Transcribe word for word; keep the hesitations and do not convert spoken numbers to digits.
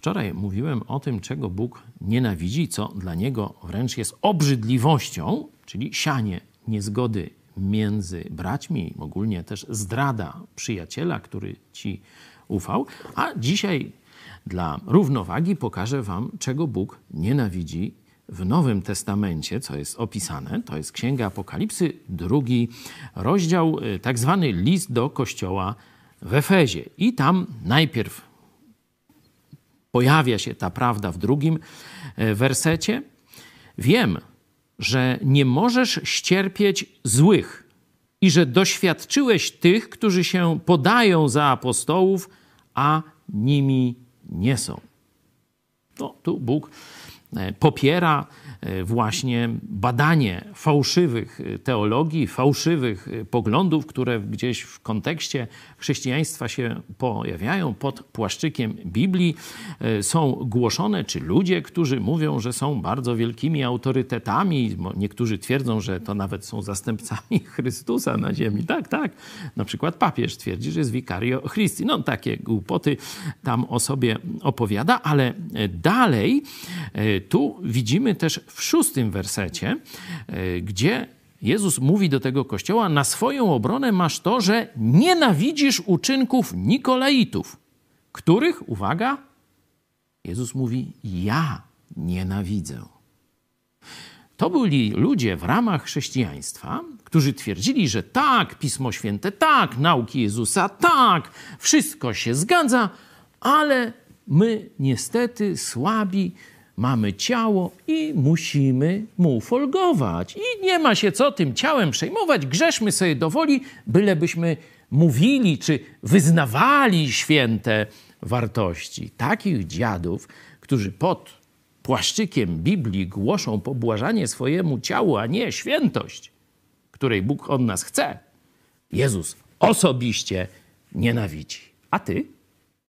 wczoraj mówiłem o tym, czego Bóg nienawidzi, co dla Niego wręcz jest obrzydliwością, czyli sianie niezgody między braćmi, ogólnie też zdrada przyjaciela, który ci ufał. A dzisiaj dla równowagi pokażę wam, czego Bóg nienawidzi w Nowym Testamencie, co jest opisane. To jest Księga Apokalipsy, drugi rozdział, tak zwany list do kościoła w Efezie. I tam najpierw pojawia się ta prawda w drugim wersecie. Wiem, że nie możesz ścierpieć złych i że doświadczyłeś tych, którzy się podają za apostołów, a nimi nie są. No, tu Bóg popiera właśnie badanie fałszywych teologii, fałszywych poglądów, które gdzieś w kontekście chrześcijaństwa się pojawiają pod płaszczykiem Biblii. Są głoszone, czy ludzie, którzy mówią, że są bardzo wielkimi autorytetami. Niektórzy twierdzą, że to nawet są zastępcami Chrystusa na ziemi. Tak, tak. Na przykład papież twierdzi, że jest vicario Christi. No takie głupoty tam o sobie opowiada, ale dalej tu widzimy też w szóstym wersecie, gdzie Jezus mówi do tego kościoła: na swoją obronę masz to, że nienawidzisz uczynków Nikolaitów, których, uwaga, Jezus mówi, ja nienawidzę. To byli ludzie w ramach chrześcijaństwa, którzy twierdzili, że tak, Pismo Święte, tak, nauki Jezusa, tak, wszystko się zgadza, ale my niestety słabi, mamy ciało i musimy mu folgować. I nie ma się co tym ciałem przejmować, grzeszmy sobie do woli, bylebyśmy mówili czy wyznawali święte wartości. Takich dziadów, którzy pod płaszczykiem Biblii głoszą pobłażanie swojemu ciału, a nie świętość, której Bóg od nas chce, Jezus osobiście nienawidzi. A ty?